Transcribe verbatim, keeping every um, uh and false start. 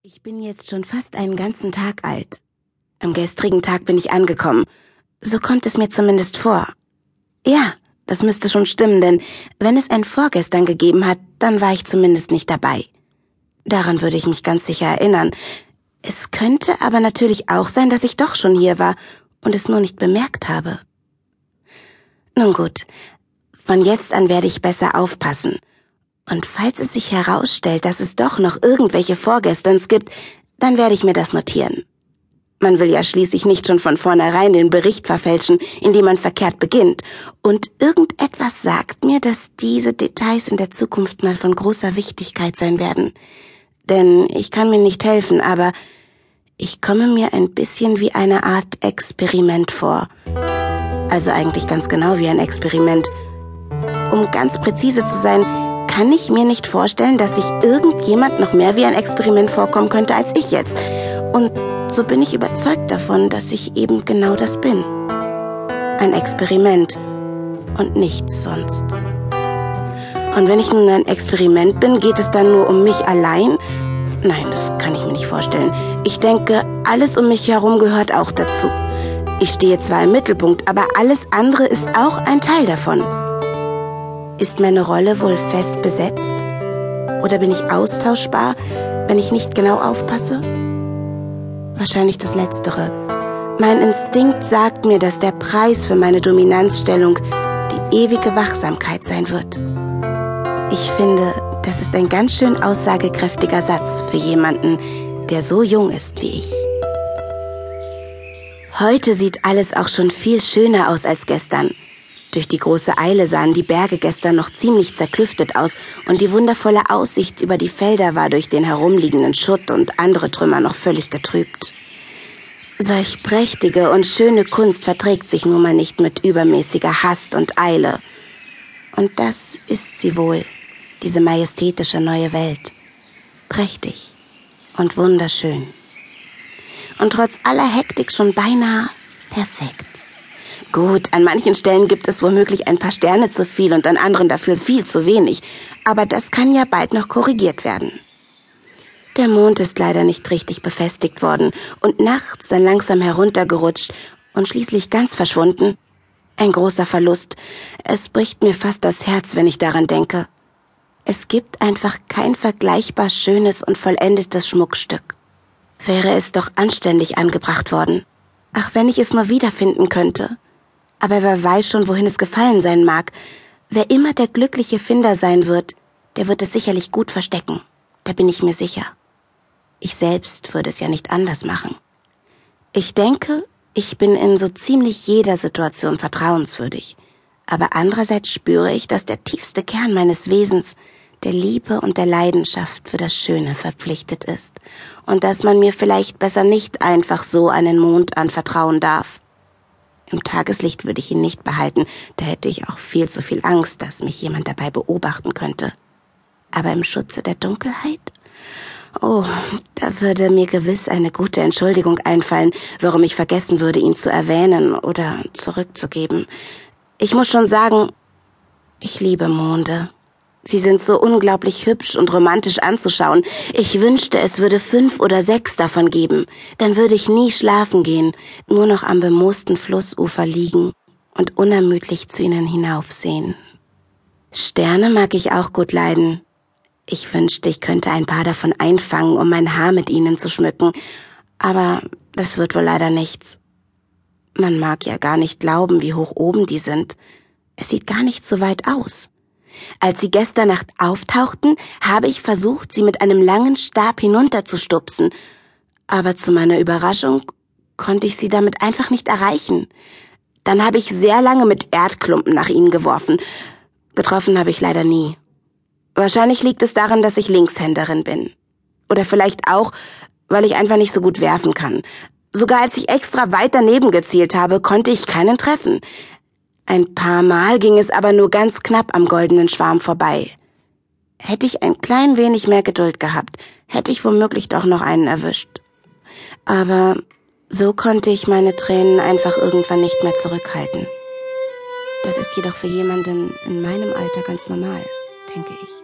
Ich bin jetzt schon fast einen ganzen Tag alt. Am gestrigen Tag bin ich angekommen. So kommt es mir zumindest vor. Ja, das müsste schon stimmen, denn wenn es ein Vorgestern gegeben hat, dann war ich zumindest nicht dabei. Daran würde ich mich ganz sicher erinnern. Es könnte aber natürlich auch sein, dass ich doch schon hier war und es nur nicht bemerkt habe. Nun gut, von jetzt an werde ich besser aufpassen. Und falls es sich herausstellt, dass es doch noch irgendwelche Vorgesterns gibt, dann werde ich mir das notieren. Man will ja schließlich nicht schon von vornherein den Bericht verfälschen, indem man verkehrt beginnt. Und irgendetwas sagt mir, dass diese Details in der Zukunft mal von großer Wichtigkeit sein werden. Denn ich kann mir nicht helfen, aber ich komme mir ein bisschen wie eine Art Experiment vor. Also eigentlich ganz genau wie ein Experiment. Um ganz präzise zu sein, kann ich mir nicht vorstellen, dass sich irgendjemand noch mehr wie ein Experiment vorkommen könnte als ich jetzt. Und so bin ich überzeugt davon, dass ich eben genau das bin. Ein Experiment und nichts sonst. Und wenn ich nun ein Experiment bin, geht es dann nur um mich allein? Nein, das kann ich mir nicht vorstellen. Ich denke, alles um mich herum gehört auch dazu. Ich stehe zwar im Mittelpunkt, aber alles andere ist auch ein Teil davon. Ist meine Rolle wohl fest besetzt? Oder bin ich austauschbar, wenn ich nicht genau aufpasse? Wahrscheinlich das Letztere. Mein Instinkt sagt mir, dass der Preis für meine Dominanzstellung die ewige Wachsamkeit sein wird. Ich finde, das ist ein ganz schön aussagekräftiger Satz für jemanden, der so jung ist wie ich. Heute sieht alles auch schon viel schöner aus als gestern. Durch die große Eile sahen die Berge gestern noch ziemlich zerklüftet aus und die wundervolle Aussicht über die Felder war durch den herumliegenden Schutt und andere Trümmer noch völlig getrübt. Solch prächtige und schöne Kunst verträgt sich nun mal nicht mit übermäßiger Hast und Eile. Und das ist sie wohl, diese majestätische neue Welt. Prächtig und wunderschön. Und trotz aller Hektik schon beinahe perfekt. Gut, an manchen Stellen gibt es womöglich ein paar Sterne zu viel und an anderen dafür viel zu wenig. Aber das kann ja bald noch korrigiert werden. Der Mond ist leider nicht richtig befestigt worden und nachts dann langsam heruntergerutscht und schließlich ganz verschwunden. Ein großer Verlust. Es bricht mir fast das Herz, wenn ich daran denke. Es gibt einfach kein vergleichbar schönes und vollendetes Schmuckstück. Wäre es doch anständig angebracht worden. Ach, wenn ich es nur wiederfinden könnte. Aber wer weiß schon, wohin es gefallen sein mag. Wer immer der glückliche Finder sein wird, der wird es sicherlich gut verstecken. Da bin ich mir sicher. Ich selbst würde es ja nicht anders machen. Ich denke, ich bin in so ziemlich jeder Situation vertrauenswürdig. Aber andererseits spüre ich, dass der tiefste Kern meines Wesens der Liebe und der Leidenschaft für das Schöne verpflichtet ist. Und dass man mir vielleicht besser nicht einfach so einen Mond anvertrauen darf. Im Tageslicht würde ich ihn nicht behalten, da hätte ich auch viel zu viel Angst, dass mich jemand dabei beobachten könnte. Aber im Schutze der Dunkelheit? Oh, da würde mir gewiss eine gute Entschuldigung einfallen, warum ich vergessen würde, ihn zu erwähnen oder zurückzugeben. Ich muss schon sagen, ich liebe Monde. Sie sind so unglaublich hübsch und romantisch anzuschauen. Ich wünschte, es würde fünf oder sechs davon geben. Dann würde ich nie schlafen gehen, nur noch am bemoosten Flussufer liegen und unermüdlich zu ihnen hinaufsehen. Sterne mag ich auch gut leiden. Ich wünschte, ich könnte ein paar davon einfangen, um mein Haar mit ihnen zu schmücken. Aber das wird wohl leider nichts. Man mag ja gar nicht glauben, wie hoch oben die sind. Es sieht gar nicht so weit aus. Als sie gestern Nacht auftauchten, habe ich versucht, sie mit einem langen Stab hinunterzustupsen. Aber zu meiner Überraschung konnte ich sie damit einfach nicht erreichen. Dann habe ich sehr lange mit Erdklumpen nach ihnen geworfen. Getroffen habe ich leider nie. Wahrscheinlich liegt es daran, dass ich Linkshänderin bin. Oder vielleicht auch, weil ich einfach nicht so gut werfen kann. Sogar als ich extra weit daneben gezielt habe, konnte ich keinen treffen. Ein paar Mal ging es aber nur ganz knapp am goldenen Schwarm vorbei. Hätte ich ein klein wenig mehr Geduld gehabt, hätte ich womöglich doch noch einen erwischt. Aber so konnte ich meine Tränen einfach irgendwann nicht mehr zurückhalten. Das ist jedoch für jemanden in meinem Alter ganz normal, denke ich.